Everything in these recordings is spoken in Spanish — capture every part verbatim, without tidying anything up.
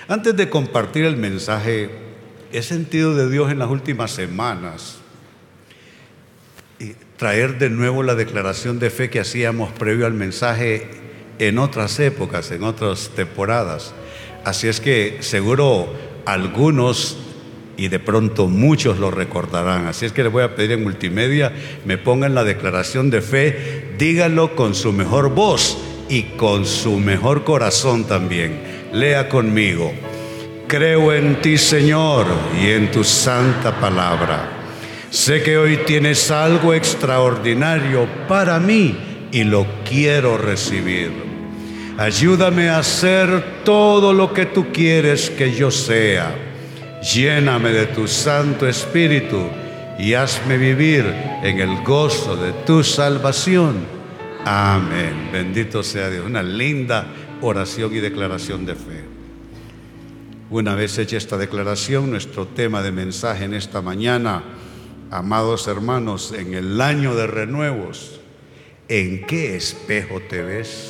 Antes de compartir el mensaje, he sentido de Dios en las últimas semanas y traer de nuevo la declaración de fe que hacíamos previo al mensaje en otras épocas, en otras temporadas. Así es que seguro algunos y de pronto muchos lo recordarán. Así es que les voy a pedir en multimedia me pongan la declaración de fe, díganlo con su mejor voz y con su mejor corazón también. Lea conmigo: creo en ti, Señor, y en tu santa palabra. Sé que hoy tienes algo extraordinario para mí y lo quiero recibir. Ayúdame a hacer todo lo que tú quieres que yo sea. Lléname de tu Santo Espíritu y hazme vivir en el gozo de tu salvación. Amén. Bendito sea Dios. Una linda oración y declaración de fe. Una vez hecha esta declaración, nuestro tema de mensaje en esta mañana, amados hermanos, en el año de renuevos, ¿en qué espejo te ves?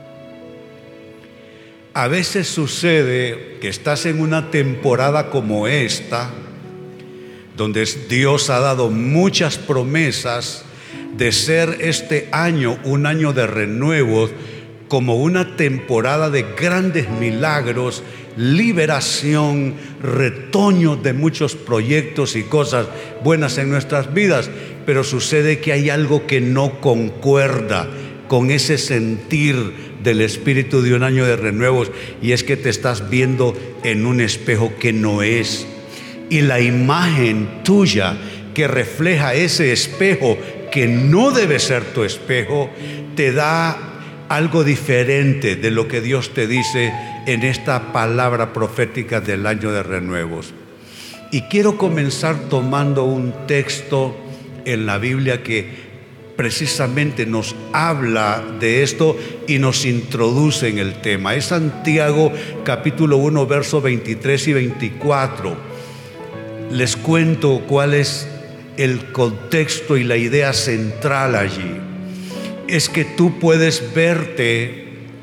A veces sucede que estás en una temporada como esta, donde Dios ha dado muchas promesas de ser este año un año de renuevos, como una temporada de grandes milagros, liberación, retoño de muchos proyectos y cosas buenas en nuestras vidas. Pero sucede que hay algo que no concuerda con ese sentir del espíritu de un año de renuevos, y es que te estás viendo en un espejo que no es, y la imagen tuya que refleja ese espejo que no debe ser tu espejo te da algo diferente de lo que Dios te dice en esta palabra profética del año de renuevos. Y quiero comenzar tomando un texto en la Biblia que precisamente nos habla de esto y nos introduce en el tema. Es Santiago capítulo uno, versos veintitrés y veinticuatro. Les cuento cuál es el contexto y la idea central allí. Es que tú puedes verte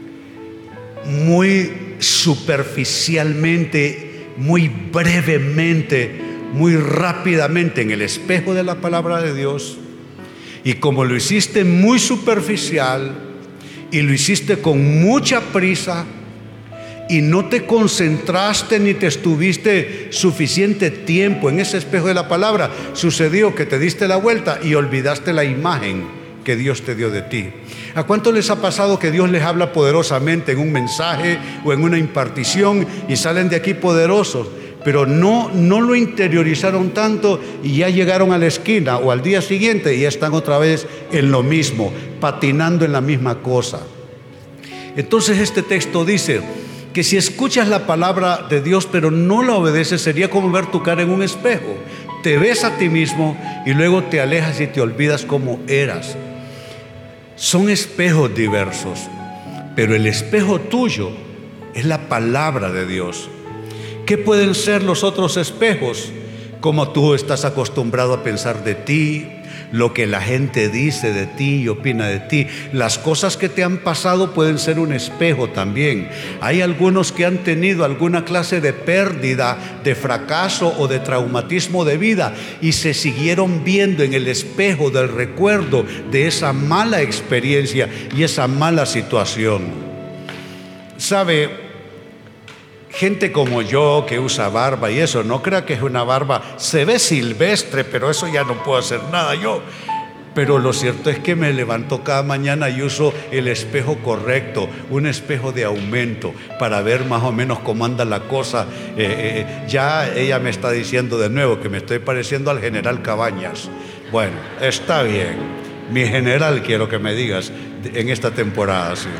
muy superficialmente, muy brevemente, muy rápidamente en el espejo de la palabra de Dios. Y como lo hiciste muy superficial y lo hiciste con mucha prisa y no te concentraste ni te estuviste suficiente tiempo en ese espejo de la palabra, sucedió que te diste la vuelta y olvidaste la imagen que Dios te dio de ti. ¿A cuánto les ha pasado que Dios les habla poderosamente en un mensaje o en una impartición y salen de aquí poderosos, pero no, no lo interiorizaron tanto y ya llegaron a la esquina o al día siguiente y ya están otra vez en lo mismo, patinando en la misma cosa? Entonces este texto dice que si escuchas la palabra de Dios pero no la obedeces, sería como ver tu cara en un espejo. Te ves a ti mismo y luego te alejas y te olvidas cómo eras. Son espejos diversos, pero el espejo tuyo es la palabra de Dios. ¿Qué pueden ser los otros espejos? Como tú estás acostumbrado a pensar de ti, lo que la gente dice de ti y opina de ti. Las cosas que te han pasado pueden ser un espejo también. Hay algunos que han tenido alguna clase de pérdida, de fracaso o de traumatismo de vida y se siguieron viendo en el espejo del recuerdo de esa mala experiencia y esa mala situación. ¿Sabe? Gente como yo que usa barba y eso, no crea que es una barba, se ve silvestre, pero eso ya no puedo hacer nada yo. Pero lo cierto es que me levanto cada mañana y uso el espejo correcto, un espejo de aumento, para ver más o menos cómo anda la cosa. Eh, eh, ya ella me está diciendo de nuevo que me estoy pareciendo al general Cabañas. Bueno, está bien, mi general, quiero que me digas en esta temporada, sí.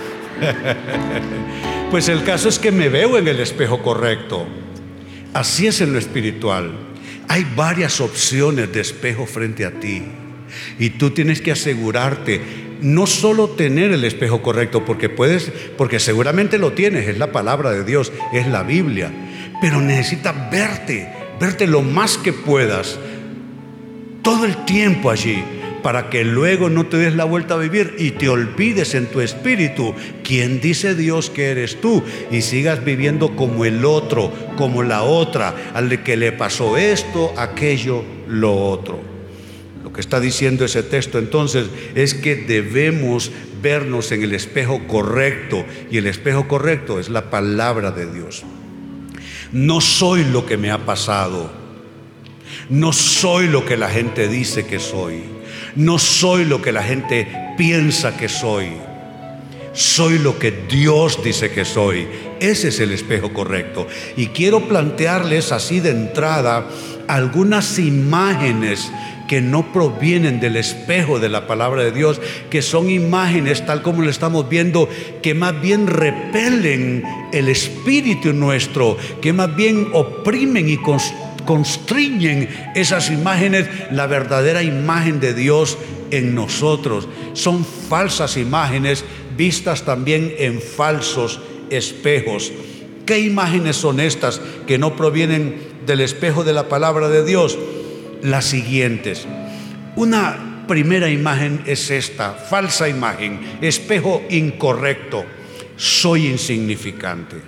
Pues el caso es que me veo en el espejo correcto. Así es en lo espiritual. Hay varias opciones de espejo frente a ti y tú tienes que asegurarte no solo tener el espejo correcto, porque puedes, porque seguramente lo tienes, es la palabra de Dios, es la Biblia, pero necesitas verte, verte lo más que puedas, todo el tiempo allí, para que luego no te des la vuelta a vivir y te olvides en tu espíritu quién dice Dios que eres tú y sigas viviendo como el otro, como la otra, al que le pasó esto, aquello, lo otro. Lo que está diciendo ese texto entonces es que debemos vernos en el espejo correcto, y el espejo correcto es la palabra de Dios. No soy lo que me ha pasado. No soy lo que la gente dice que soy. No soy lo que la gente piensa que soy. Soy lo que Dios dice que soy. Ese es el espejo correcto. Y quiero plantearles así de entrada algunas imágenes que no provienen del espejo de la palabra de Dios, que son imágenes tal como lo estamos viendo, que más bien repelen el espíritu nuestro, que más bien oprimen y construyen constriñen esas imágenes, la verdadera imagen de Dios en nosotros. Son falsas imágenes vistas también en falsos espejos. ¿Qué imágenes son estas que no provienen del espejo de la palabra de Dios? Las siguientes. Una primera imagen es esta, falsa imagen, espejo incorrecto. Soy insignificante.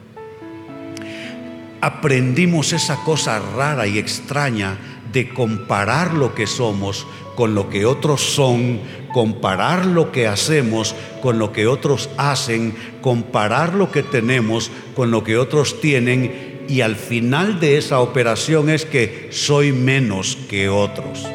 Aprendimos esa cosa rara y extraña de comparar lo que somos con lo que otros son, comparar lo que hacemos con lo que otros hacen, comparar lo que tenemos con lo que otros tienen, y al final de esa operación es que soy menos que otros.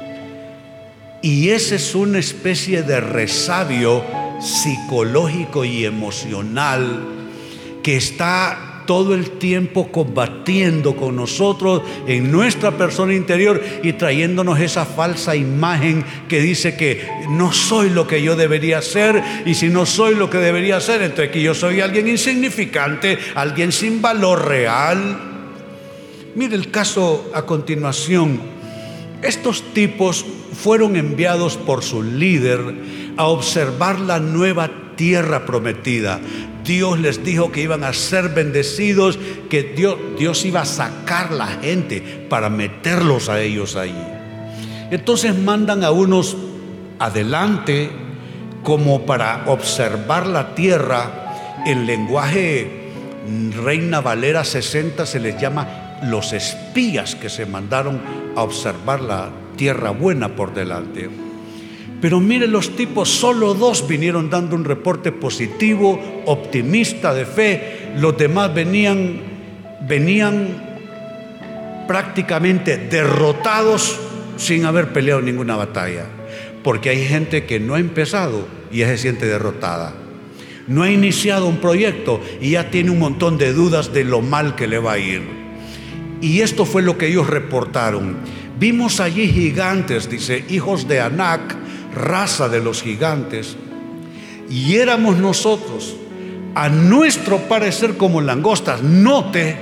Y esa es una especie de resabio psicológico y emocional que está todo el tiempo combatiendo con nosotros en nuestra persona interior y trayéndonos esa falsa imagen que dice que no soy lo que yo debería ser, y si no soy lo que debería ser, entonces que yo soy alguien insignificante, alguien sin valor real. Mire el caso a continuación. Estos tipos fueron enviados por su líder a observar la nueva tierra prometida. Dios les dijo que iban a ser bendecidos, que Dios, Dios iba a sacar la gente para meterlos a ellos ahí. Entonces mandan a unos adelante como para observar la tierra. En lenguaje Reina Valera sesenta se les llama los espías que se mandaron a observar la tierra buena por delante. Pero miren, los tipos, solo dos vinieron dando un reporte positivo, optimista, de fe. Los demás venían, venían prácticamente derrotados sin haber peleado ninguna batalla. Porque hay gente que no ha empezado y ya se siente derrotada. No ha iniciado un proyecto y ya tiene un montón de dudas de lo mal que le va a ir. Y esto fue lo que ellos reportaron. Vimos allí gigantes, dice, hijos de Anac, raza de los gigantes, y éramos nosotros, a nuestro parecer, como langostas. Note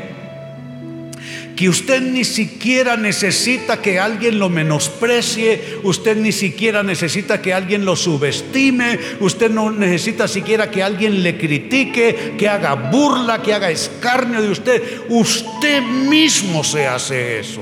que usted ni siquiera necesita que alguien lo menosprecie, usted ni siquiera necesita que alguien lo subestime, usted no necesita siquiera que alguien le critique, que haga burla, que haga escarnio de usted. Usted mismo se hace eso.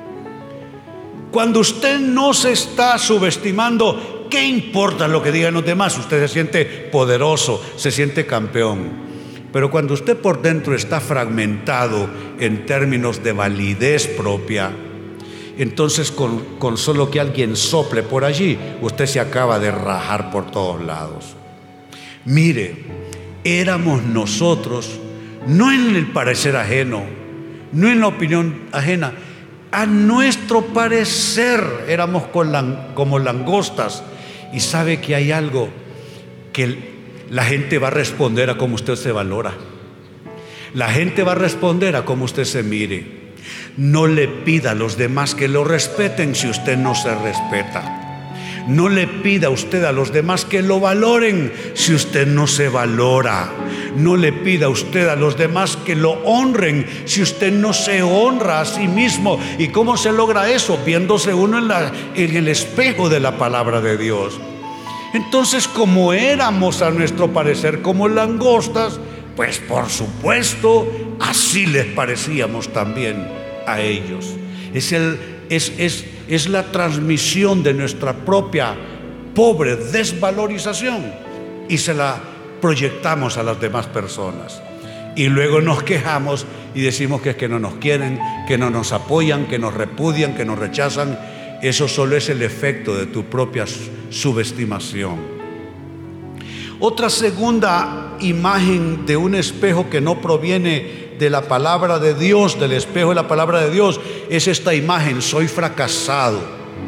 Cuando usted no se está subestimando, ¿qué importa lo que digan los demás? Usted se siente poderoso, se siente campeón. Pero cuando usted por dentro está fragmentado en términos de validez propia, entonces con, con solo que alguien sople por allí, usted se acaba de rajar por todos lados. Mire, éramos nosotros, no en el parecer ajeno, no en la opinión ajena, a nuestro parecer éramos como langostas. Y sabe que hay algo que la gente va a responder a cómo usted se valora. La gente va a responder a cómo usted se mire. No le pida a los demás que lo respeten si usted no se respeta. No le pida usted a los demás que lo valoren si usted no se valora. No le pida usted a los demás que lo honren si usted no se honra a sí mismo. ¿Y cómo se logra eso? Viéndose uno en, la, en el espejo de la palabra de Dios. Entonces, como éramos a nuestro parecer como langostas, pues por supuesto así les parecíamos también a ellos. Es, el, es, es es la transmisión de nuestra propia pobre desvalorización y se la proyectamos a las demás personas. Y luego nos quejamos y decimos que es que no nos quieren, que no nos apoyan, que nos repudian, que nos rechazan. Eso solo es el efecto de tu propia subestimación. Otra segunda imagen de un espejo que no proviene de la palabra de Dios, del espejo de la palabra de Dios, es esta imagen: soy fracasado.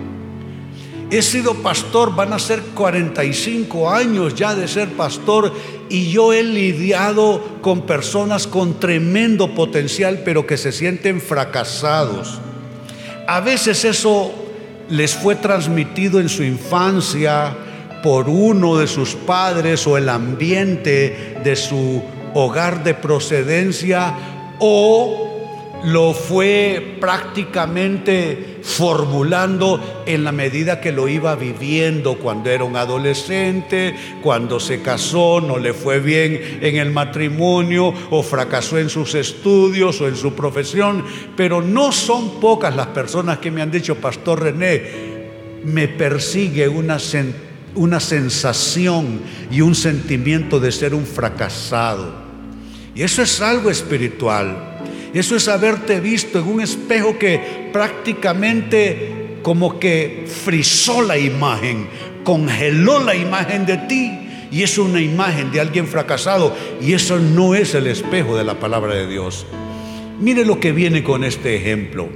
He sido pastor, van a ser cuarenta y cinco años ya de ser pastor, y yo he lidiado con personas con tremendo potencial, pero que se sienten fracasados. A veces eso les fue transmitido en su infancia por uno de sus padres o el ambiente de su hogar de procedencia, o lo fue prácticamente formulando en la medida que lo iba viviendo cuando era un adolescente, cuando se casó, no le fue bien en el matrimonio o fracasó en sus estudios o en su profesión. Pero no son pocas las personas que me han dicho: Pastor René, me persigue una, sen- una sensación y un sentimiento de ser un fracasado. Y eso es algo espiritual. Eso es haberte visto en un espejo que prácticamente como que frizó la imagen, congeló la imagen de ti, y es una imagen de alguien fracasado, y eso no es el espejo de la palabra de Dios. Mire lo que viene con este ejemplo.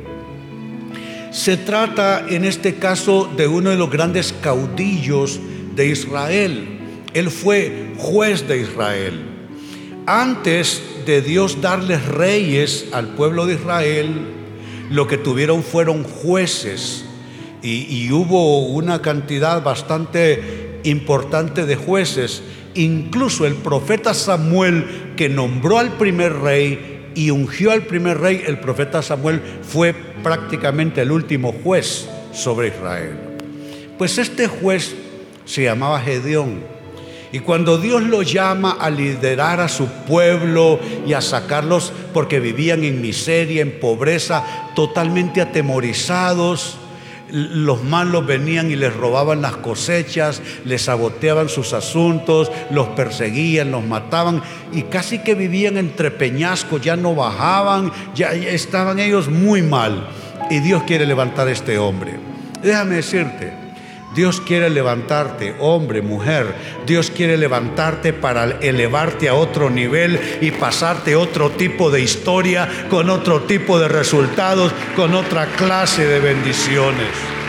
Se trata en este caso de uno de los grandes caudillos de Israel. Él fue juez de Israel. Antes de Dios darles reyes al pueblo de Israel, lo que tuvieron fueron jueces, y, y hubo una cantidad bastante importante de jueces. Incluso el profeta Samuel, que nombró al primer rey y ungió al primer rey, el profeta Samuel fue prácticamente el último juez sobre Israel. Pues este juez se llamaba Gedeón. Y cuando Dios lo llama a liderar a su pueblo y a sacarlos, porque vivían en miseria, en pobreza, totalmente atemorizados, los malos venían y les robaban las cosechas, les saboteaban sus asuntos, los perseguían, los mataban, y casi que vivían entre peñascos, ya no bajaban, ya estaban ellos muy mal. Y Dios quiere levantar a este hombre. Déjame decirte, Dios quiere levantarte, hombre, mujer. Dios quiere levantarte para elevarte a otro nivel y pasarte otro tipo de historia, con otro tipo de resultados, con otra clase de bendiciones.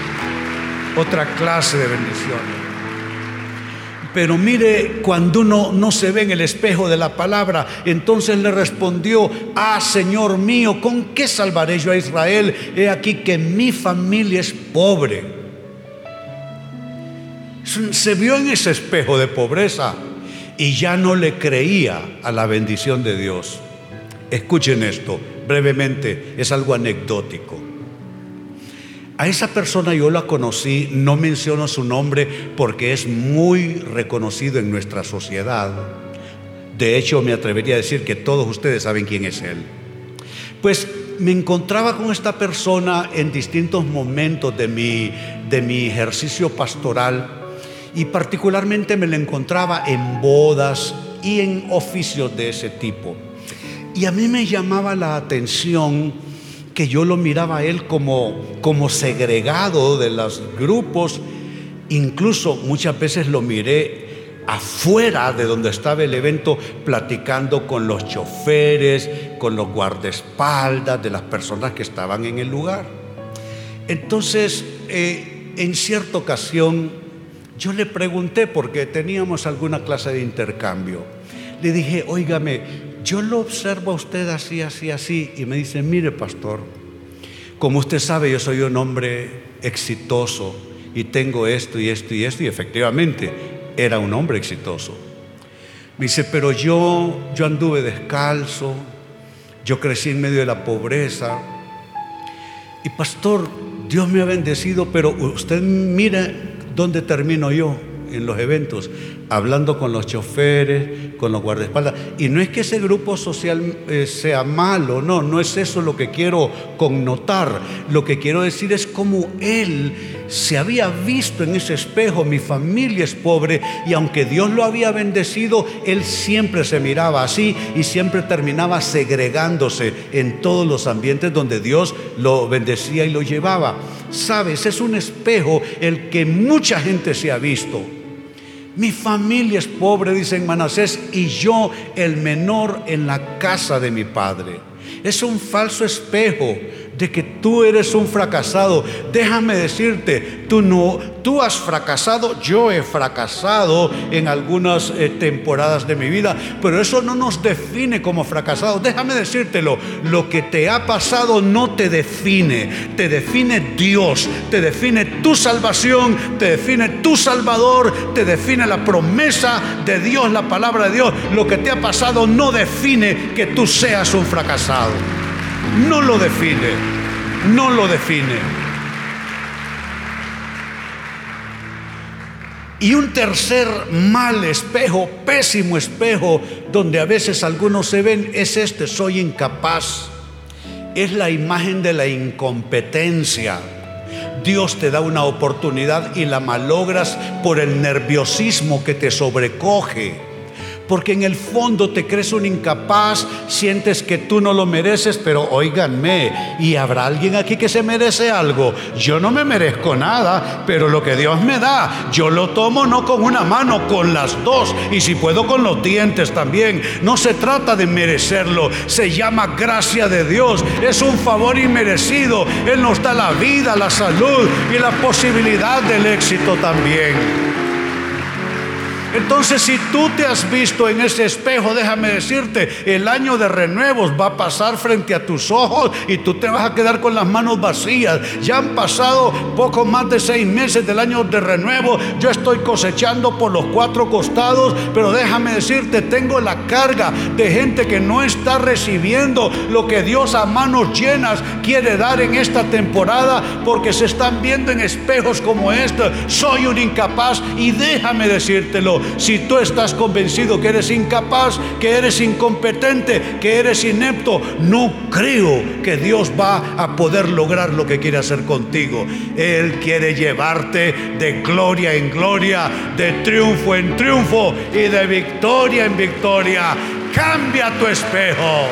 Otra clase de bendiciones. Pero mire, cuando uno no se ve en el espejo de la palabra, entonces le respondió: ah, Señor mío, ¿con qué salvaré yo a Israel? He aquí que mi familia es pobre. Se vio en ese espejo de pobreza y ya no le creía a la bendición de Dios. Escuchen esto brevemente, es algo anecdótico. A esa persona yo la conocí, no menciono su nombre porque es muy reconocido en nuestra sociedad. De hecho, me atrevería a decir que todos ustedes saben quién es él. Pues me encontraba con esta persona en distintos momentos de mi, de mi ejercicio pastoral. Y particularmente me lo encontraba en bodas y en oficios de ese tipo. Y a mí me llamaba la atención que yo lo miraba a él como, como segregado de los grupos. Incluso muchas veces lo miré afuera de donde estaba el evento, platicando con los choferes, con los guardaespaldas de las personas que estaban en el lugar. Entonces, eh, en cierta ocasión, yo le pregunté, porque teníamos alguna clase de intercambio, le dije: óigame, yo lo observo a usted así, así, así. Y me dice: mire, pastor, como usted sabe, yo soy un hombre exitoso y tengo esto y esto y esto. Y efectivamente era un hombre exitoso. Me dice: pero yo, yo anduve descalzo, yo crecí en medio de la pobreza, y pastor, Dios me ha bendecido, pero usted mira dónde termino yo en los eventos, hablando con los choferes, con los guardaespaldas. Y no es que ese grupo social eh, sea malo, no, no es eso lo que quiero connotar. Lo que quiero decir es cómo él se había visto en ese espejo. Mi familia es pobre, y aunque Dios lo había bendecido, él siempre se miraba así y siempre terminaba segregándose en todos los ambientes donde Dios lo bendecía y lo llevaba. Sabes, es un espejo el que mucha gente se ha visto. Mi familia es pobre, dice en Manasés, y yo el menor en la casa de mi padre. Es un falso espejo de que tú eres un fracasado. Déjame decirte, tú no, tú has fracasado, yo he fracasado en algunas eh, temporadas de mi vida, pero eso no nos define como fracasados. Déjame decírtelo, lo que te ha pasado no te define, te define Dios, te define tu salvación, te define tu Salvador, te define la promesa de Dios, la palabra de Dios. Lo que te ha pasado no define que tú seas un fracasado. No lo define, no lo define. Y un tercer mal espejo, pésimo espejo, donde a veces algunos se ven, es este: soy incapaz. Es la imagen de la incompetencia. Dios te da una oportunidad y la malogras por el nerviosismo que te sobrecoge. Porque en el fondo te crees un incapaz, sientes que tú no lo mereces, pero óiganme, ¿y habrá alguien aquí que se merece algo? Yo no me merezco nada, pero lo que Dios me da, yo lo tomo no con una mano, con las dos, y si puedo con los dientes también. No se trata de merecerlo, se llama gracia de Dios, es un favor inmerecido. Él nos da la vida, la salud y la posibilidad del éxito también. Entonces, si tú te has visto en ese espejo, déjame decirte, el año de renuevos va a pasar frente a tus ojos y tú te vas a quedar con las manos vacías. Ya han pasado poco más de seis meses del año de renuevo. Yo estoy cosechando por los cuatro costados, pero déjame decirte, tengo la carga de gente que no está recibiendo lo que Dios a manos llenas quiere dar en esta temporada, porque se están viendo en espejos como este. Soy un incapaz, y déjame decírtelo, si tú estás convencido que eres incapaz, que eres incompetente, que eres inepto, no creo que Dios va a poder lograr lo que quiere hacer contigo. Él quiere llevarte de gloria en gloria, de triunfo en triunfo y de victoria en victoria. Cambia tu espejo.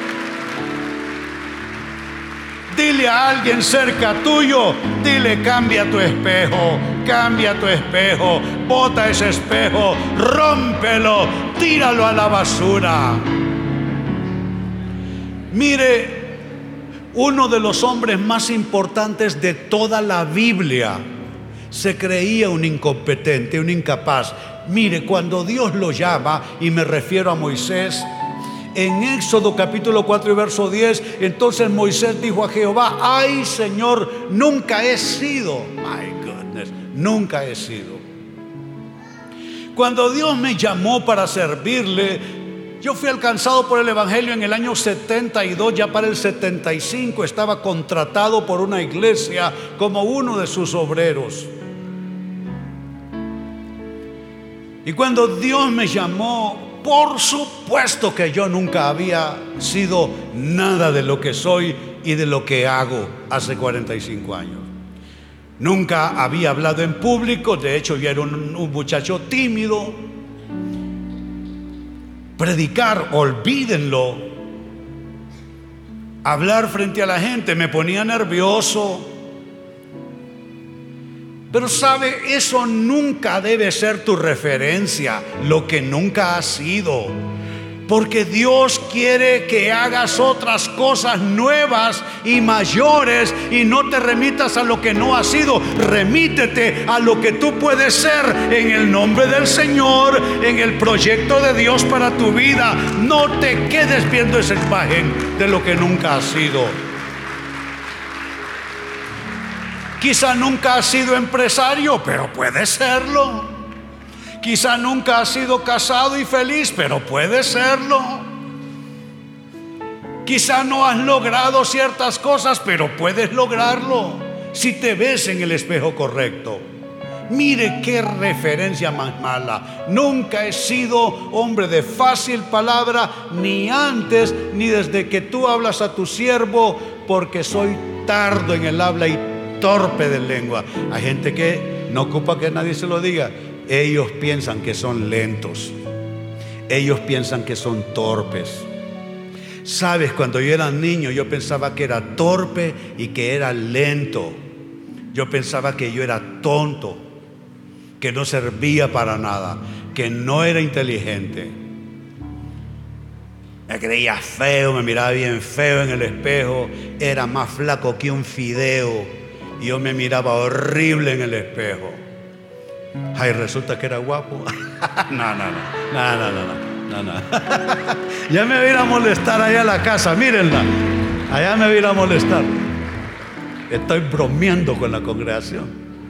Dile a alguien cerca tuyo, dile: cambia tu espejo, cambia tu espejo, bota ese espejo, rómpelo, tíralo a la basura. Mire, uno de los hombres más importantes de toda la Biblia se creía un incompetente, un incapaz. Mire, cuando Dios lo llama, y me refiero a Moisés, en Éxodo capítulo cuatro y verso diez, entonces Moisés dijo a Jehová: ay, Señor, nunca he sido, my goodness, nunca he sido. Cuando Dios me llamó para servirle, yo fui alcanzado por el Evangelio en el año setenta y dos, ya para el setenta y cinco estaba contratado por una iglesia como uno de sus obreros. Y cuando Dios me llamó, por supuesto que yo nunca había sido nada de lo que soy y de lo que hago hace cuarenta y cinco años. Nunca había hablado en público, de hecho yo era un, un muchacho tímido. Predicar, olvídenlo. Hablar frente a la gente me ponía nervioso. Pero sabe, eso nunca debe ser tu referencia, lo que nunca has sido. Porque Dios quiere que hagas otras cosas nuevas y mayores, y no te remitas a lo que no has sido. Remítete a lo que tú puedes ser en el nombre del Señor, en el proyecto de Dios para tu vida. No te quedes viendo esa imagen de lo que nunca has sido. Quizá nunca has sido empresario, pero puedes serlo. Quizá nunca has sido casado y feliz, pero puedes serlo. Quizá no has logrado ciertas cosas, pero puedes lograrlo si te ves en el espejo correcto. Mire qué referencia más mala. Nunca he sido hombre de fácil palabra, ni antes ni desde que tú hablas a tu siervo, porque soy tardo en el habla y torpe de lengua. Hay gente que no ocupa que nadie se lo diga. Ellos piensan que son lentos. Ellos piensan que son torpes. Sabes, cuando yo era niño yo pensaba que era torpe y que era lento. Yo pensaba que yo era tonto, que no servía para nada, que no era inteligente. Me creía feo, me miraba bien feo en el espejo. Era más flaco que un fideo y yo me miraba horrible en el espejo. Ay, resulta que era guapo. No, no, no, no, no, no, no, no. Ya me voy a ir a molestar allá a la casa, mírenla. Allá me voy a ir a molestar. Estoy bromeando con la congregación.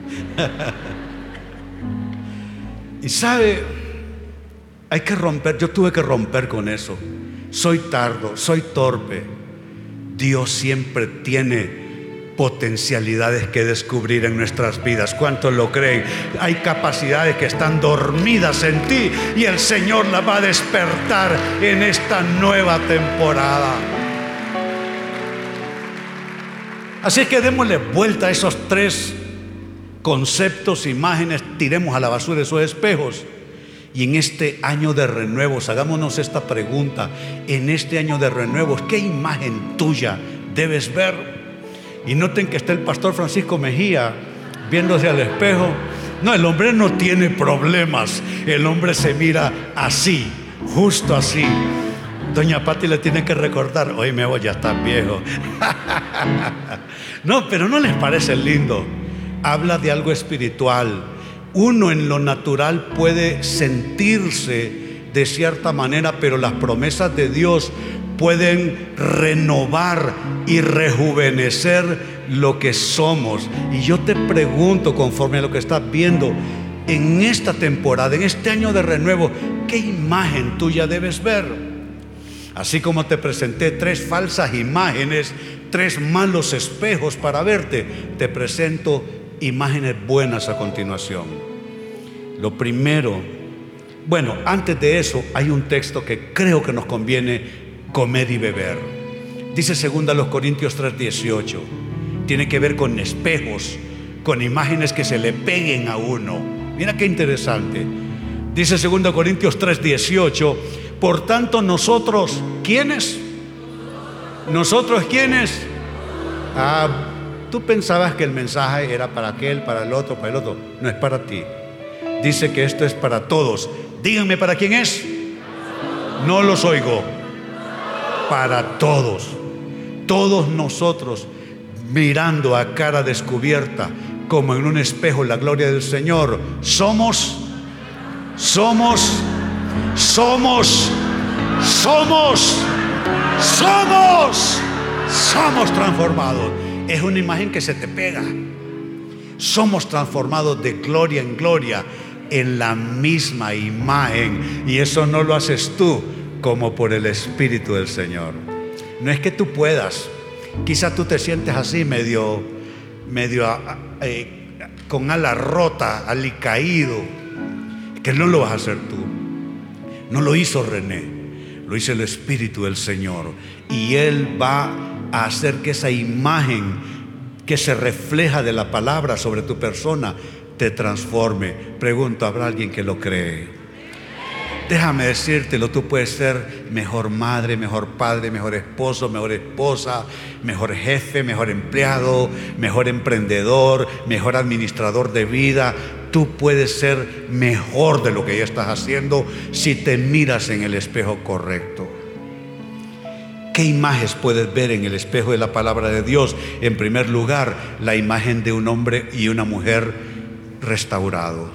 Y sabe, hay que romper. Yo tuve que romper con eso. Soy tardo, soy torpe. Dios siempre tiene potencialidades que descubrir en nuestras vidas. ¿Cuántos lo creen? Hay capacidades que están dormidas en ti y el Señor las va a despertar en esta nueva temporada. Así que démosle vuelta a esos tres conceptos, imágenes, tiremos a la basura esos espejos. Y en este año de renuevos, hagámonos esta pregunta: en este año de renuevos, ¿qué imagen tuya debes ver? Y noten que está el pastor Francisco Mejía viéndose al espejo. No, el hombre no tiene problemas. El hombre se mira así, justo así. Doña Pati le tiene que recordar: oye, me voy, ya estás viejo. No, pero ¿no les parece lindo? Habla de algo espiritual. Uno en lo natural puede sentirse de cierta manera, pero las promesas de Dios pueden renovar y rejuvenecer lo que somos. Y yo te pregunto, conforme a lo que estás viendo en esta temporada, en este año de renuevo, ¿qué imagen tuya debes ver? Así como te presenté tres falsas imágenes, tres malos espejos para verte, te presento imágenes buenas a continuación. Lo primero, bueno, antes de eso hay un texto que creo que nos conviene comer y beber. Dice segunda los Corintios tres dieciocho. Tiene que ver con espejos, con imágenes que se le peguen a uno. Mira qué interesante. Dice segunda Corintios tres dieciocho. Por tanto nosotros, ¿quiénes? ¿Nosotros quiénes? Ah, tú pensabas que el mensaje era para aquel, para el otro, para el otro. No, es para ti. Dice que esto es para todos. Díganme, ¿para quién es? No los oigo. Para todos. Todos nosotros, mirando a cara descubierta, como en un espejo la gloria del Señor, somos, somos, somos, somos, somos, somos transformados. Es una imagen que se te pega. Somos transformados de gloria en gloria en la misma imagen, y eso no lo haces tú, como por el Espíritu del Señor. No es que tú puedas. Quizás tú te sientes así medio, medio eh, con ala rota, alicaído. Que no lo vas a hacer tú. No lo hizo René, lo hizo el Espíritu del Señor, y Él va a hacer que esa imagen que se refleja de la palabra sobre tu persona te transforme. Pregunto, ¿habrá alguien que lo cree? Déjame decírtelo, tú puedes ser mejor madre, mejor padre, mejor esposo, mejor esposa, mejor jefe, mejor empleado, mejor emprendedor, mejor administrador de vida. Tú puedes ser mejor de lo que ya estás haciendo si te miras en el espejo correcto. ¿Qué imágenes puedes ver en el espejo de la palabra de Dios? En primer lugar, la imagen de un hombre y una mujer restaurados.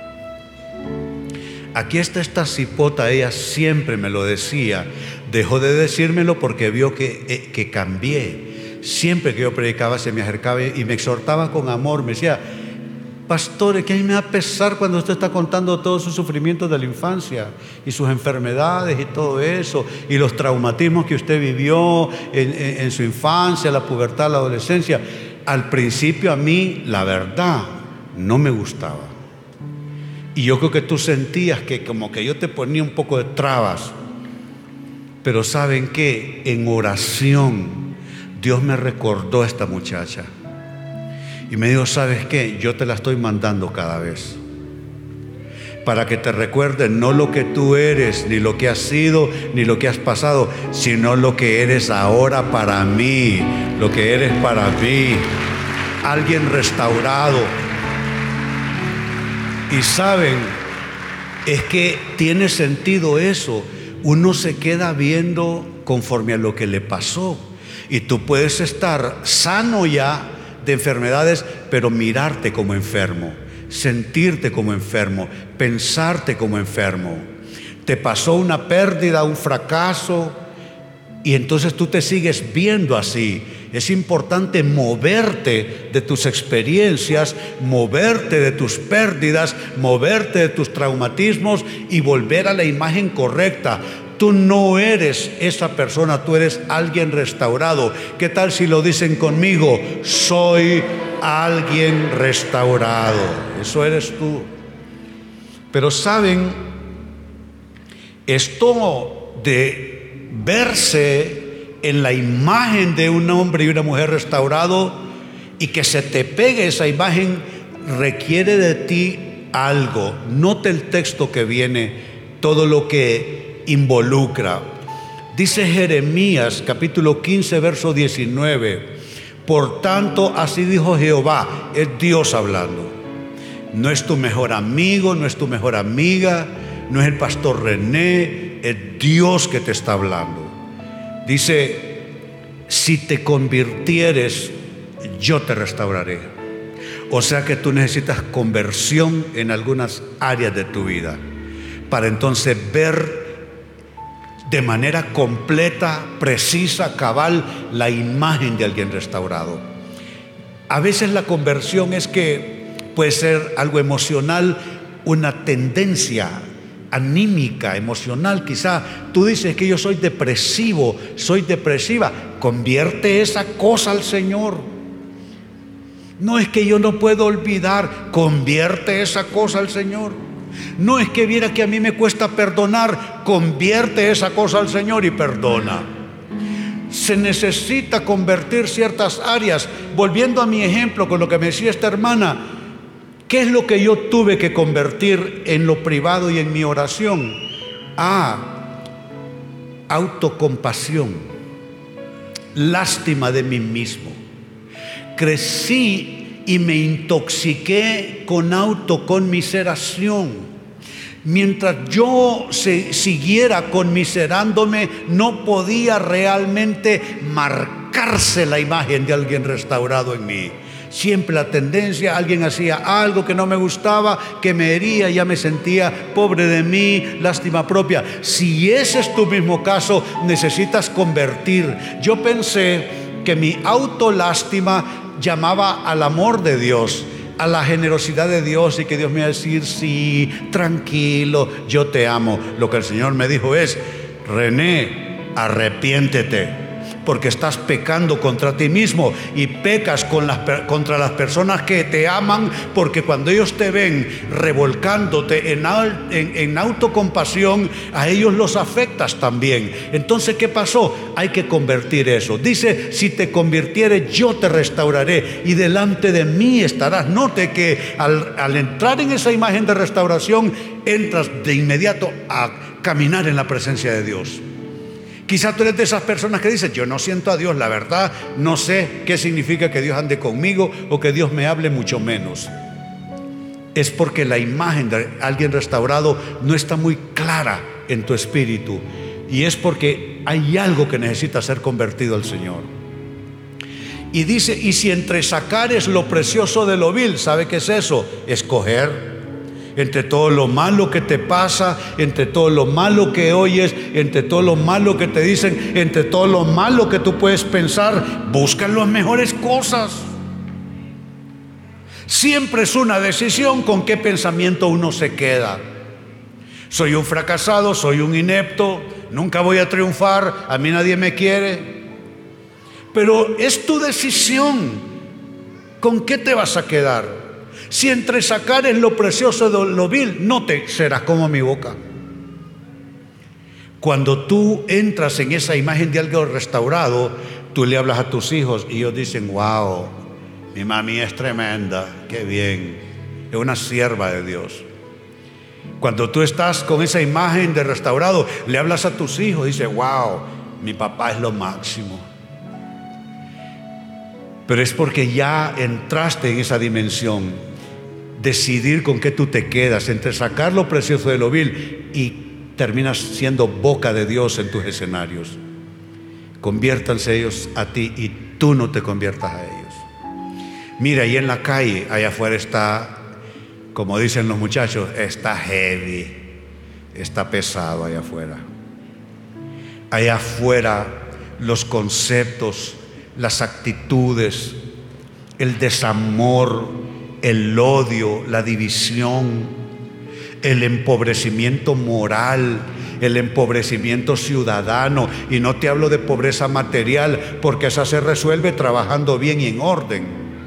Aquí está esta cipota, ella siempre me lo decía. Dejó de decírmelo porque vio que, eh, que cambié. Siempre que yo predicaba se me acercaba y me exhortaba con amor. Me decía: pastor, que a mí me da pesar cuando usted está contando todos sus sufrimientos de la infancia y sus enfermedades y todo eso, y los traumatismos que usted vivió en, en, en su infancia, la pubertad, la adolescencia. Al principio a mí, la verdad, no me gustaba. Y yo creo que tú sentías que como que yo te ponía un poco de trabas. Pero ¿saben qué? En oración Dios me recordó a esta muchacha y me dijo: ¿sabes qué? Yo te la estoy mandando cada vez para que te recuerde no lo que tú eres, ni lo que has sido, ni lo que has pasado, sino lo que eres ahora para mí, lo que eres para mí, alguien restaurado. Y saben, es que tiene sentido eso. Uno se queda viendo conforme a lo que le pasó, y tú puedes estar sano ya de enfermedades, pero mirarte como enfermo, sentirte como enfermo, pensarte como enfermo. Te pasó una pérdida, un fracaso, y entonces tú te sigues viendo así. Es importante moverte de tus experiencias, moverte de tus pérdidas, moverte de tus traumatismos y volver a la imagen correcta. Tú no eres esa persona, tú eres alguien restaurado. ¿Qué tal si lo dicen conmigo? Soy alguien restaurado. Eso eres tú. Pero saben, esto de verse en la imagen de un hombre y una mujer restaurado y que se te pegue esa imagen requiere de ti algo. Note el texto que viene, todo lo que involucra. Dice Jeremías capítulo quince verso diecinueve: por tanto así dijo Jehová. Es Dios hablando. No es tu mejor amigo, no es tu mejor amiga, no es el pastor René, es Dios que te está hablando. Dice: si te convirtieres, yo te restauraré. O sea que tú necesitas conversión en algunas áreas de tu vida para entonces ver de manera completa, precisa, cabal, la imagen de alguien restaurado. A veces la conversión es que puede ser algo emocional, una tendencia anímica, emocional. Quizá tú dices que yo soy depresivo, soy depresiva. Convierte esa cosa al Señor. No es que yo no puedo olvidar, convierte esa cosa al Señor. No es que viera que a mí me cuesta perdonar, convierte esa cosa al Señor y perdona. Se necesita convertir ciertas áreas. Volviendo a mi ejemplo con lo que me decía esta hermana, ¿qué es lo que yo tuve que convertir en lo privado y en mi oración? Ah, autocompasión, lástima de mí mismo. Crecí y me intoxiqué con autoconmiseración. Mientras yo se, siguiera conmiserándome, no podía realmente marcarse la imagen de alguien restaurado en mí. Siempre la tendencia, alguien hacía algo que no me gustaba, que me hería, ya me sentía pobre de mí, lástima propia. Si ese es tu mismo caso, necesitas convertir. Yo pensé que mi autolástima llamaba al amor de Dios, a la generosidad de Dios, y que Dios me iba a decir: sí, tranquilo, yo te amo. Lo que el Señor me dijo es: René, arrepiéntete, porque estás pecando contra ti mismo y pecas con las, contra las personas que te aman, porque cuando ellos te ven revolcándote en, en, en autocompasión, a ellos los afectas también. Entonces, ¿qué pasó? Hay que convertir eso. Dice: si te convirtieres, yo te restauraré y delante de mí estarás. Note que al, al entrar en esa imagen de restauración, entras de inmediato a caminar en la presencia de Dios. Quizá tú eres de esas personas que dicen: yo no siento a Dios, la verdad, no sé qué significa que Dios ande conmigo o que Dios me hable, mucho menos. Es porque la imagen de alguien restaurado no está muy clara en tu espíritu, y es porque hay algo que necesita ser convertido al Señor. Y dice: y si entre sacares lo precioso de lo vil. ¿Sabe qué es eso? Escoger. Entre todo lo malo que te pasa, entre todo lo malo que oyes, entre todo lo malo que te dicen, entre todo lo malo que tú puedes pensar, busca las mejores cosas. Siempre es una decisión con qué pensamiento uno se queda. Soy un fracasado, soy un inepto, nunca voy a triunfar, a mí nadie me quiere. Pero es tu decisión. ¿Con qué te vas a quedar? Si entre sacares lo precioso de lo vil, no te serás como mi boca. Cuando tú entras en esa imagen de algo restaurado, tú le hablas a tus hijos y ellos dicen: wow, mi mami es tremenda, qué bien, es una sierva de Dios. Cuando tú estás con esa imagen de restaurado, le hablas a tus hijos y dices: wow, mi papá es lo máximo. Pero es porque ya entraste en esa dimensión. Decidir con qué tú te quedas, entre sacar lo precioso de lo vil, y terminas siendo boca de Dios en tus escenarios. Conviértanse ellos a ti y tú no te conviertas a ellos. Mira, ahí en la calle, allá afuera está, como dicen los muchachos, está heavy, está pesado allá afuera. Allá afuera los conceptos, las actitudes, el desamor, el odio, la división, el empobrecimiento moral, el empobrecimiento ciudadano. Y no te hablo de pobreza material, porque esa se resuelve trabajando bien y en orden.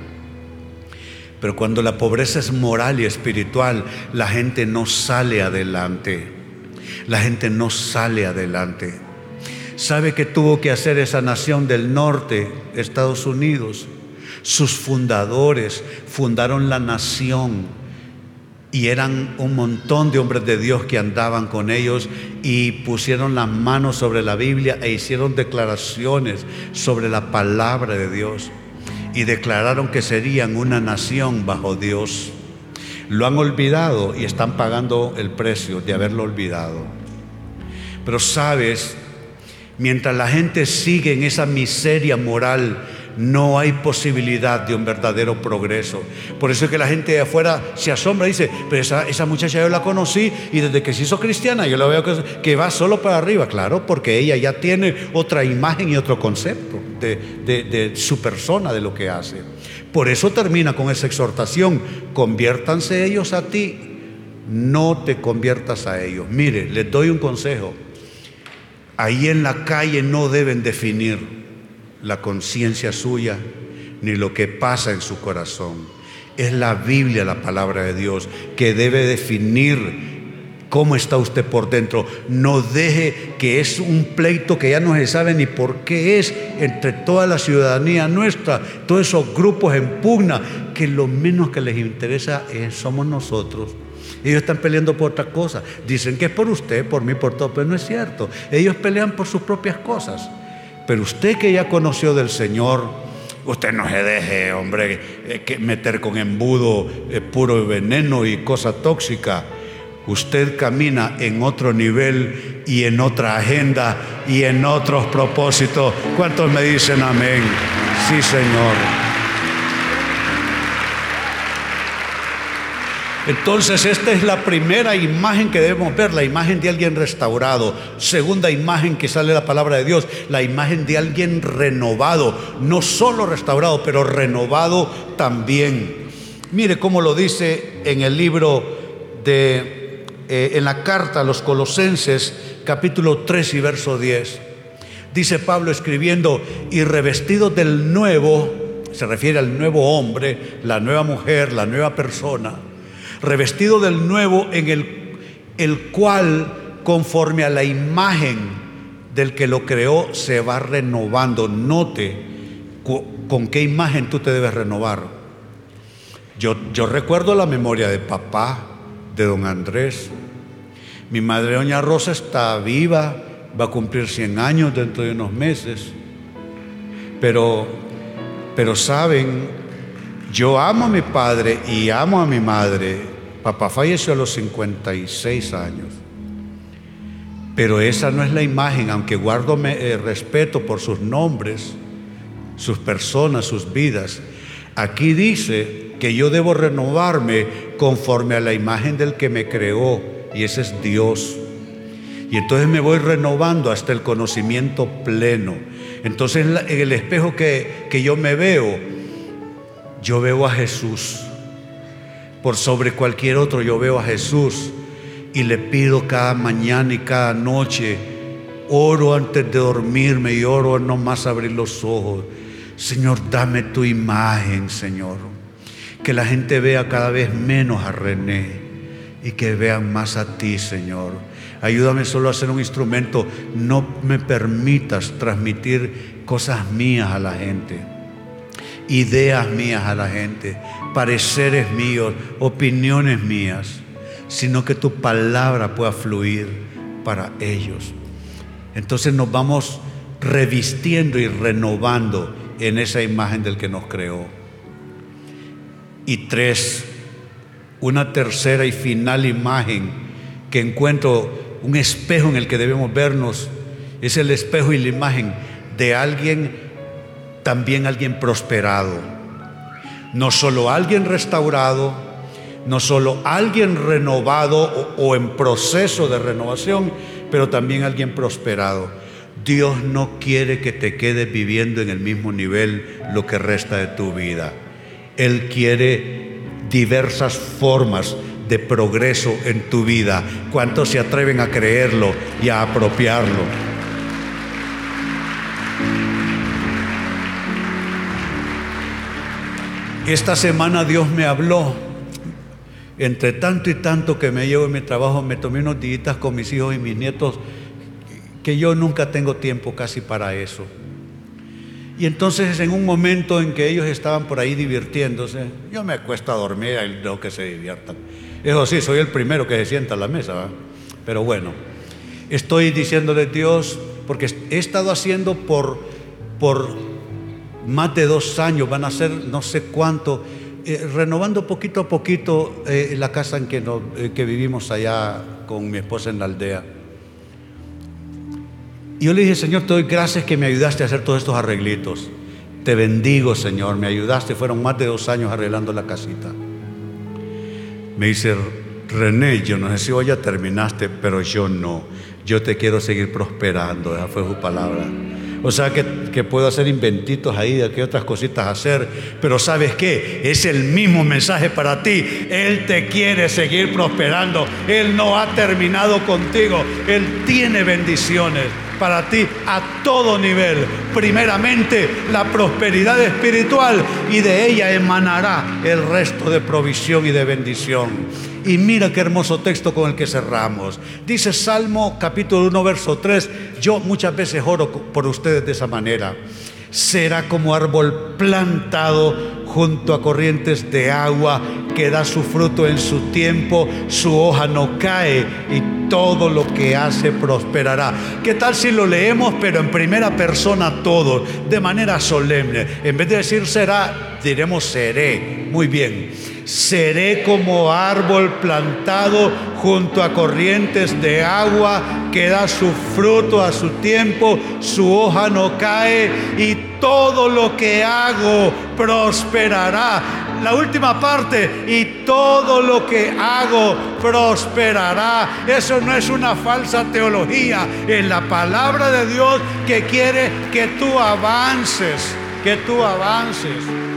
Pero cuando la pobreza es moral y espiritual, la gente no sale adelante. La gente no sale adelante. ¿Sabe qué tuvo que hacer esa nación del norte, Estados Unidos? Sus fundadores fundaron la nación y eran un montón de hombres de Dios que andaban con ellos y pusieron las manos sobre la Biblia e hicieron declaraciones sobre la palabra de Dios y declararon que serían una nación bajo Dios. Lo han olvidado y están pagando el precio de haberlo olvidado. Pero sabes, mientras la gente sigue en esa miseria moral, no hay posibilidad de un verdadero progreso. Por eso es que la gente de afuera se asombra y dice: pero esa, esa muchacha yo la conocí y desde que se hizo cristiana yo la veo que, que va solo para arriba. Claro, porque ella ya tiene otra imagen y otro concepto de, de, de su persona, de lo que hace. Por eso termina con esa exhortación: conviértanse ellos a ti, no te conviertas a ellos. Mire, les doy un consejo. Ahí en la calle no deben definir la conciencia suya ni lo que pasa en su corazón. Es la Biblia, la palabra de Dios, que debe definir cómo está usted por dentro. No deje que es un pleito que ya no se sabe ni por qué es entre toda la ciudadanía nuestra, todos esos grupos en pugna, que lo menos que les interesa es, somos nosotros. Ellos están peleando por otra cosa. Dicen que es por usted, por mí, por todo, pero no es cierto. Ellos pelean por sus propias cosas. Pero usted que ya conoció del Señor, usted no se deje, hombre, eh, que meter con embudo eh, puro veneno y cosa tóxica. Usted camina en otro nivel y en otra agenda y en otros propósitos. ¿Cuántos me dicen amén? Sí, Señor. Entonces esta es la primera imagen que debemos ver, la imagen de alguien restaurado. Segunda imagen que sale la palabra de Dios, la imagen de alguien renovado, no solo restaurado, pero renovado también. Mire cómo lo dice en el libro de, eh, en la carta a los Colosenses, capítulo tres y verso diez. Dice Pablo escribiendo: y revestidos del nuevo, se refiere al nuevo hombre, la nueva mujer, la nueva persona, revestido del nuevo, en el, el cual, conforme a la imagen del que lo creó, se va renovando. Note con qué imagen tú te debes renovar. Yo, yo recuerdo la memoria de papá, de don Andrés. Mi madre, doña Rosa, está viva, va a cumplir cien años dentro de unos meses. Pero, pero saben, yo amo a mi padre y amo a mi madre. Papá falleció a los cincuenta y seis años. Pero esa no es la imagen, aunque guardo eh, respeto por sus nombres, sus personas, sus vidas. Aquí dice que yo debo renovarme conforme a la imagen del que me creó, y ese es Dios. Y entonces me voy renovando hasta el conocimiento pleno. Entonces en el espejo que, que yo me veo, yo veo a Jesús. Por sobre cualquier otro yo veo a Jesús y le pido cada mañana y cada noche, oro antes de dormirme y oro no más abrir los ojos: Señor, dame tu imagen, Señor. Que la gente vea cada vez menos a René y que vean más a ti, Señor. Ayúdame solo a ser un instrumento. No me permitas transmitir cosas mías a la gente, ideas mías a la gente, pareceres míos, opiniones mías, sino que tu palabra pueda fluir para ellos. Entonces nos vamos revistiendo y renovando en esa imagen del que nos creó. Y tres, una tercera y final imagen que encuentro, un espejo en el que debemos vernos, es el espejo y la imagen de alguien, también alguien prosperado. No solo alguien restaurado, no solo alguien renovado o, o en proceso de renovación, pero también alguien prosperado. Dios no quiere que te quedes viviendo en el mismo nivel lo que resta de tu vida. Él quiere diversas formas de progreso en tu vida. ¿Cuántos se atreven a creerlo y a apropiarlo? Esta semana Dios me habló. Entre tanto y tanto que me llevo en mi trabajo, me tomé unos días con mis hijos y mis nietos, que yo nunca tengo tiempo casi para eso. Y entonces, en un momento en que ellos estaban por ahí divirtiéndose, yo me acuesto a dormir y dejo que se diviertan. Eso sí, soy el primero que se sienta a la mesa, ¿verdad? Pero bueno, estoy diciéndole, Dios, porque he estado haciendo por, por más de dos años, van a ser no sé cuánto, eh, renovando poquito a poquito eh, la casa en que, nos, eh, que vivimos allá con mi esposa en la aldea. Y yo le dije, Señor, te doy gracias que me ayudaste a hacer todos estos arreglitos. Te bendigo, Señor, me ayudaste. Fueron más de dos años arreglando la casita. Me dice, René, yo no sé si hoy ya terminaste, pero yo no. Yo te quiero seguir prosperando. Esa fue su palabra. O sea que, que puedo hacer inventitos ahí, de qué otras cositas hacer. Pero ¿sabes qué? Es el mismo mensaje para ti. Él te quiere seguir prosperando. Él no ha terminado contigo. Él tiene bendiciones para ti a todo nivel. Primeramente, la prosperidad espiritual, y de ella emanará el resto de provisión y de bendición. Y mira qué hermoso texto con el que cerramos. Dice Salmo capítulo uno, verso tres. Yo muchas veces oro por ustedes de esa manera. Será como árbol plantado junto a corrientes de agua, que da su fruto en su tiempo, su hoja no cae y todo lo que hace prosperará. ¿Qué tal si lo leemos pero en primera persona todo, de manera solemne? En vez de decir será, diremos seré. Muy bien. Seré como árbol plantado junto a corrientes de agua, que da su fruto a su tiempo, su hoja no cae y todo lo que hago prosperará. La última parte, y todo lo que hago prosperará. Eso no es una falsa teología, es la palabra de Dios que quiere que tú avances, que tú avances.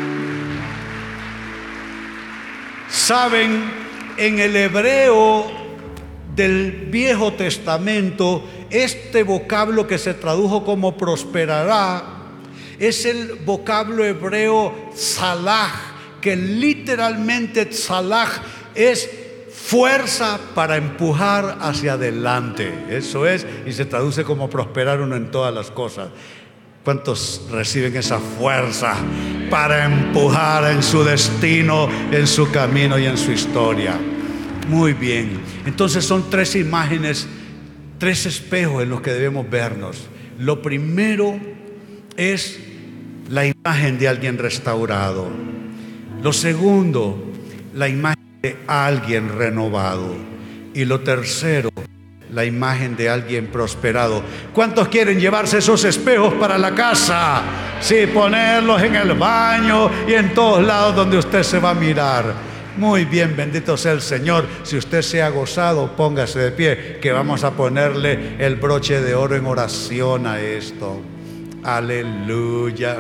Saben, en el hebreo del Viejo Testamento, este vocablo que se tradujo como prosperará es el vocablo hebreo tzalach, que literalmente tzalach es fuerza para empujar hacia adelante. Eso es, y se traduce como prosperar uno en todas las cosas. ¿Cuántos reciben esa fuerza para empujar en su destino, en su camino y en su historia? Muy bien. Entonces son tres imágenes, tres espejos en los que debemos vernos. Lo primero es la imagen de alguien restaurado. Lo segundo, la imagen de alguien renovado. Y lo tercero, la imagen de alguien prosperado. ¿Cuántos quieren llevarse esos espejos para la casa? Sí, ponerlos en el baño y en todos lados donde usted se va a mirar. Muy bien, bendito sea el Señor. Si usted se ha gozado, póngase de pie, que vamos a ponerle el broche de oro en oración a esto. Aleluya.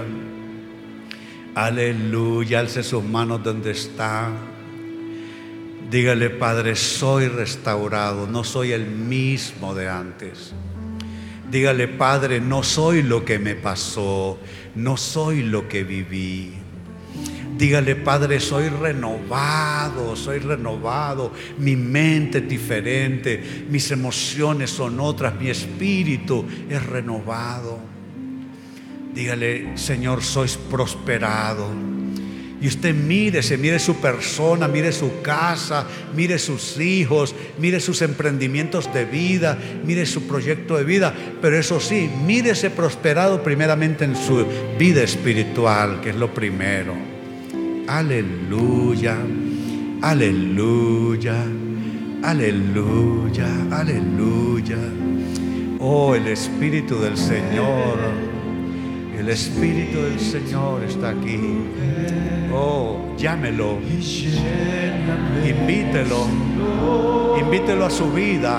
Aleluya. Alce sus manos donde está. Dígale, Padre, soy restaurado, no soy el mismo de antes. Dígale, Padre, no soy lo que me pasó, no soy lo que viví. Dígale: Padre, soy renovado, soy renovado, mi mente es diferente, mis emociones son otras, mi espíritu es renovado. Dígale: Señor, sois prosperado. Y usted mírese, mire su persona, mire su casa, mire sus hijos, mire sus emprendimientos de vida, mire su proyecto de vida. Pero eso sí, mírese prosperado primeramente en su vida espiritual, que es lo primero. Aleluya, aleluya, aleluya, aleluya. Oh, el Espíritu del Señor, el Espíritu del Señor está aquí. Oh, llámelo, invítelo, invítelo a su vida,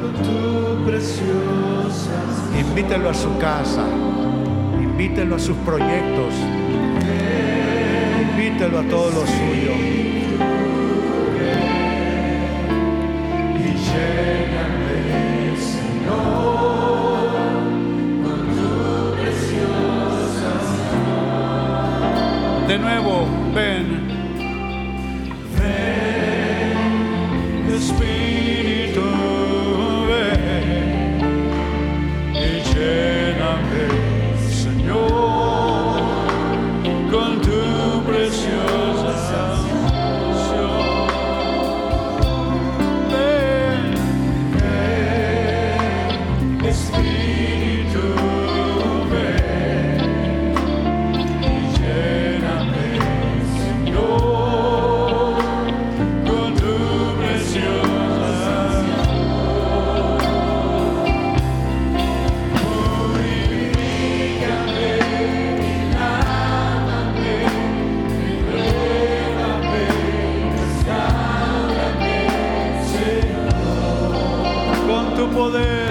invítelo a su casa, invítelo a sus proyectos, invítelo a todo lo suyo. De nuevo, ven, ven, Espíritu, ven y lléname, Señor, con tu preciosa unción. Ven, ven, Espíritu, ven y lléname, Señor, con tu preciosa purifícame y lávame, renuévame, restaurame, Señor, con tu poder.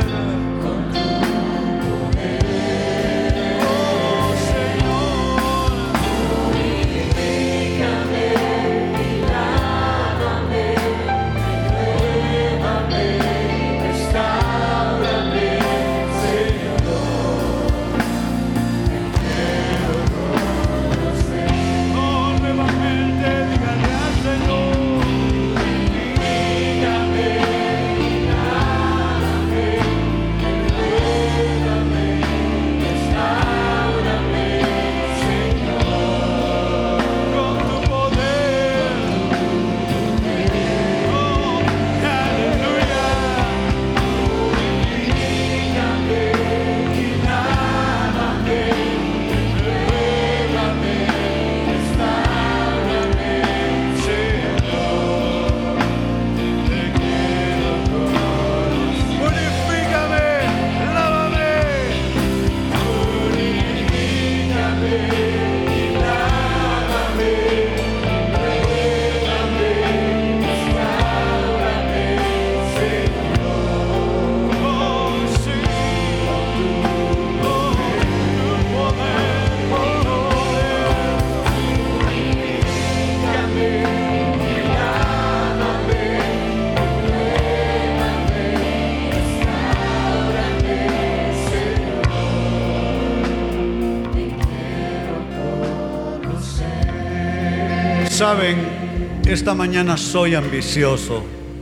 Saben, esta mañana soy ambicioso.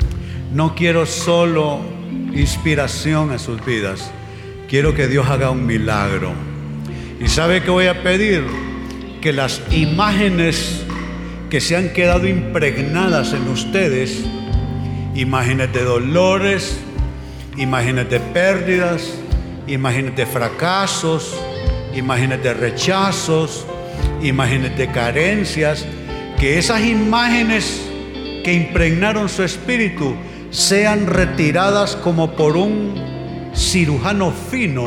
No quiero solo inspiración a sus vidas. Quiero que Dios haga un milagro. ¿Y sabe qué voy a pedir? Que las imágenes que se han quedado impregnadas en ustedes, imágenes de dolores, imágenes de pérdidas, imágenes de fracasos, imágenes de rechazos, imágenes de carencias, que esas imágenes que impregnaron su espíritu sean retiradas como por un cirujano fino,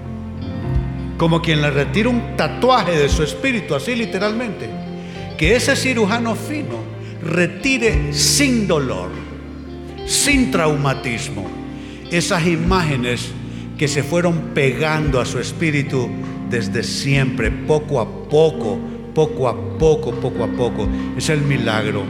como quien le retira un tatuaje de su espíritu, así literalmente. Que ese cirujano fino retire sin dolor, sin traumatismo, esas imágenes que se fueron pegando a su espíritu desde siempre, poco a poco, poco a poco, poco a poco. Es el milagro.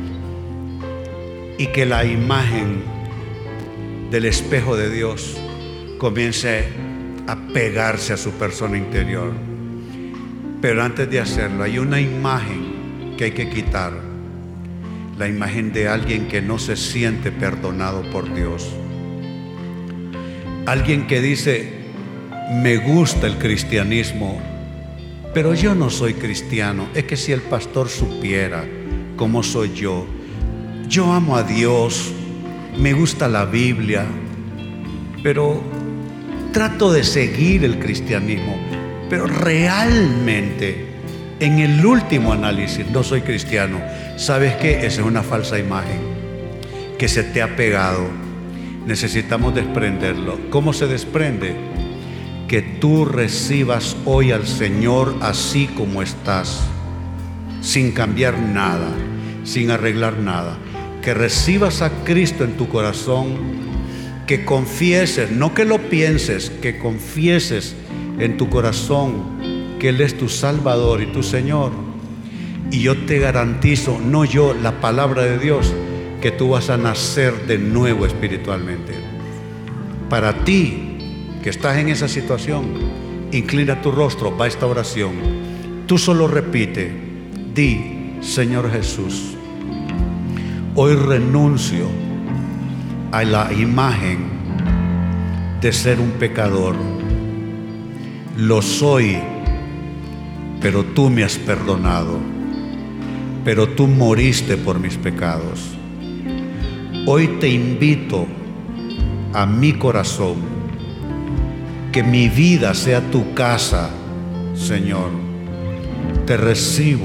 Y que la imagen del espejo de Dios comience a pegarse a su persona interior. Pero antes de hacerlo, hay una imagen que hay que quitar: la imagen de alguien que no se siente perdonado por Dios. Alguien que dice: me gusta el cristianismo, pero yo no soy cristiano. Es que si el pastor supiera cómo soy yo, yo amo a Dios, me gusta la Biblia, pero trato de seguir el cristianismo, pero realmente en el último análisis no soy cristiano. ¿Sabes qué? Esa es una falsa imagen que se te ha pegado. Necesitamos desprenderlo. ¿Cómo se desprende? Que tú recibas hoy al Señor así como estás, sin cambiar nada, sin arreglar nada. Que recibas a Cristo en tu corazón, que confieses, no que lo pienses, que confieses en tu corazón que Él es tu Salvador y tu Señor. Y yo te garantizo, no yo, la palabra de Dios, que tú vas a nacer de nuevo espiritualmente. Para ti que estás en esa situación, inclina tu rostro, va esta oración. Tú solo repite, di: Señor Jesús, hoy renuncio a la imagen de ser un pecador. Lo soy, pero tú me has perdonado, pero tú moriste por mis pecados. Hoy te invito a mi corazón, que mi vida sea tu casa, Señor. Te recibo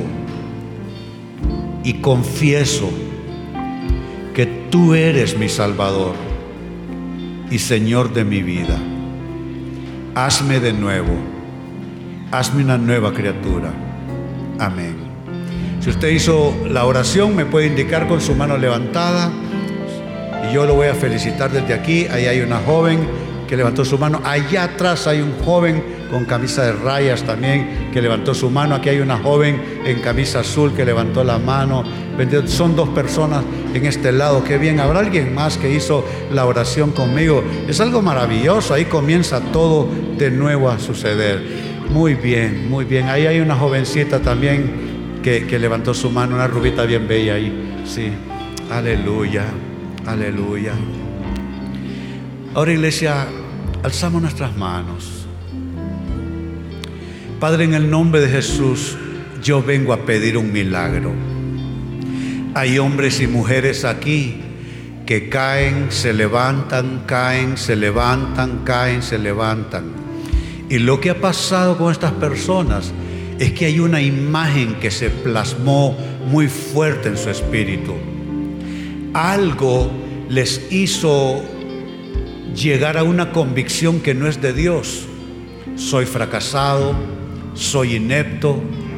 y confieso que tú eres mi Salvador y Señor de mi vida. Hazme de nuevo, hazme una nueva criatura. Amén. Si usted hizo la oración, me puede indicar con su mano levantada y yo lo voy a felicitar desde aquí. Ahí hay una joven que levantó su mano. Allá atrás hay un joven con camisa de rayas también que levantó su mano. Aquí hay una joven en camisa azul que levantó la mano. Son dos personas en este lado. Qué bien. Habrá alguien más que hizo la oración conmigo. Es algo maravilloso. Ahí comienza todo de nuevo a suceder. Muy bien, muy bien. Ahí hay una jovencita también que, que levantó su mano, una rubita bien bella ahí. Sí. Aleluya, aleluya. Ahora, iglesia, alzamos nuestras manos. Padre, en el nombre de Jesús, yo vengo a pedir un milagro. Hay hombres y mujeres aquí que caen, se levantan, caen, se levantan, caen, se levantan. Y lo que ha pasado con estas personas es que hay una imagen que se plasmó muy fuerte en su espíritu. Algo les hizo llegar a una convicción que no es de Dios. Soy fracasado, soy inepto,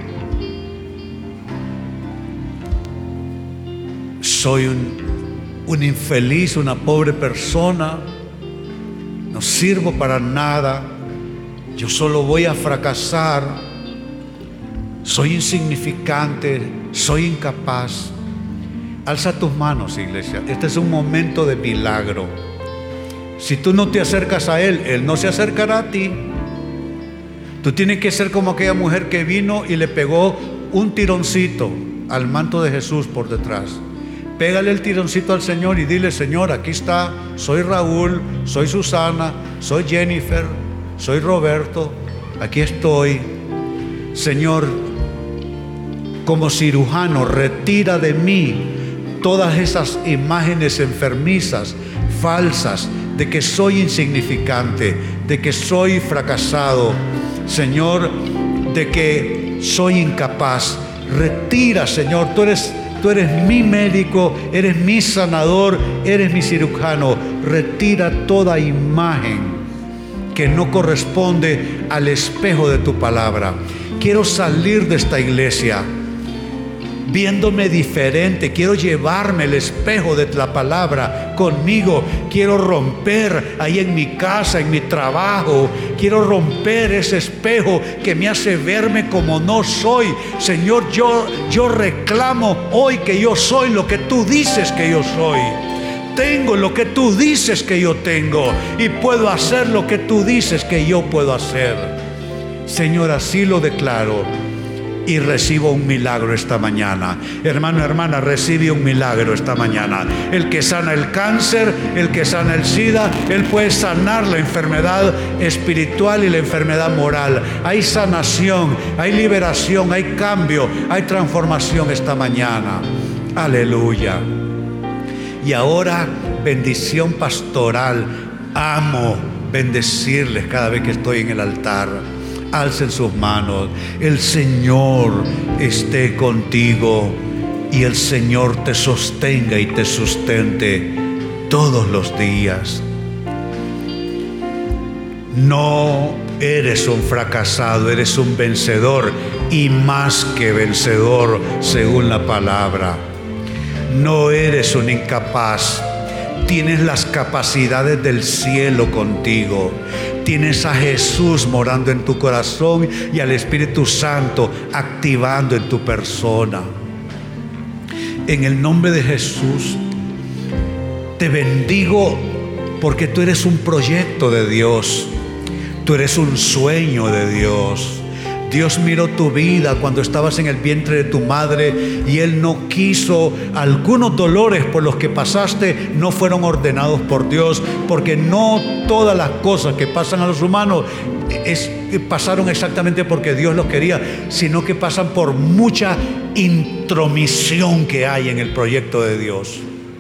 soy un, un infeliz, una pobre persona, no sirvo para nada, yo solo voy a fracasar, soy insignificante, soy incapaz. Alza tus manos, iglesia. Este es un momento de milagro. Si tú no te acercas a Él, Él no se acercará a ti. Tú tienes que ser como aquella mujer que vino y le pegó un tironcito al manto de Jesús por detrás. Pégale el tironcito al Señor y dile: Señor, aquí está, soy Raúl, soy Susana, soy Jennifer, soy Roberto, aquí estoy. Señor, como cirujano, retira de mí todas esas imágenes enfermizas, falsas, de que soy insignificante, de que soy fracasado, Señor, de que soy incapaz. Retira, Señor, tú eres, tú eres mi médico, eres mi sanador, eres mi cirujano. Retira toda imagen que no corresponde al espejo de tu palabra. Quiero salir de esta iglesia viéndome diferente. Quiero llevarme el espejo de la palabra conmigo. Quiero romper ahí en mi casa, en mi trabajo. Quiero romper ese espejo que me hace verme como no soy. Señor, yo, yo reclamo hoy que yo soy lo que tú dices que yo soy. Tengo lo que tú dices que yo tengo y puedo hacer lo que tú dices que yo puedo hacer. Señor, así lo declaro. y recibo un milagro esta mañana. Hermano, hermana, recibe un milagro esta mañana. El que sana el cáncer, el que sana el SIDA, Él puede sanar la enfermedad espiritual y la enfermedad moral. Hay sanación, hay liberación, hay cambio, hay transformación esta mañana. Aleluya. Y ahora, bendición pastoral. Amo bendecirles cada vez que estoy en el altar. Alcen sus manos. El Señor esté contigo y el Señor te sostenga y te sustente todos los días. No eres un fracasado, eres un vencedor y más que vencedor según la palabra. No eres un incapaz. Tienes las capacidades del cielo contigo. Tienes a Jesús morando en tu corazón y al Espíritu Santo activando en tu persona. En el nombre de Jesús, te bendigo porque tú eres un proyecto de Dios. Tú eres un sueño de Dios. Dios miró tu vida cuando estabas en el vientre de tu madre y Él no quiso. Algunos dolores por los que pasaste no fueron ordenados por Dios, porque no todas las cosas que pasan a los humanos es, pasaron exactamente porque Dios los quería, sino que pasan por mucha intromisión que hay en el proyecto de Dios.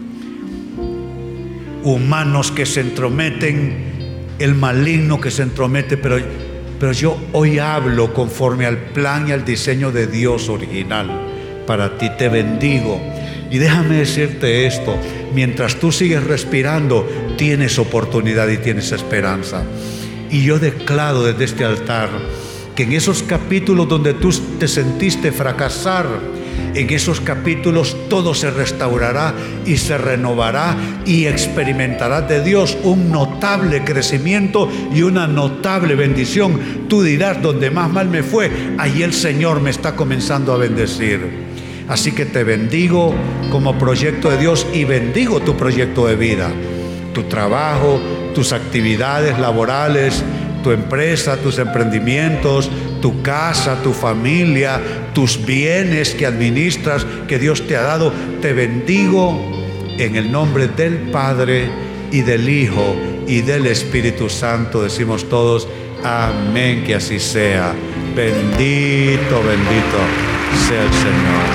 Humanos que se entrometen, el maligno que se entromete, pero Pero yo hoy hablo conforme al plan y al diseño de Dios original para ti. Te bendigo. Y déjame decirte esto: mientras tú sigues respirando, tienes oportunidad y tienes esperanza. Y yo declaro desde este altar que en esos capítulos donde tú te sentiste fracasar, en esos capítulos todo se restaurará y se renovará y experimentarás de Dios un notable crecimiento y una notable bendición. Tú dirás: donde más mal me fue, allí el Señor me está comenzando a bendecir. Así que te bendigo como proyecto de Dios y bendigo tu proyecto de vida, tu trabajo, tus actividades laborales, tu empresa, tus emprendimientos, tu casa, tu familia, tus bienes que administras, que Dios te ha dado. Te bendigo en el nombre del Padre y del Hijo y del Espíritu Santo. Decimos todos: amén, que así sea. Bendito, bendito sea el Señor.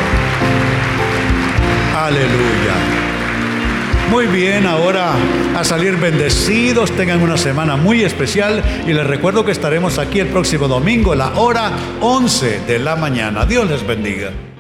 Aleluya. Muy bien, ahora a salir bendecidos. Tengan una semana muy especial y les recuerdo que estaremos aquí el próximo domingo a la hora once de la mañana. Dios les bendiga.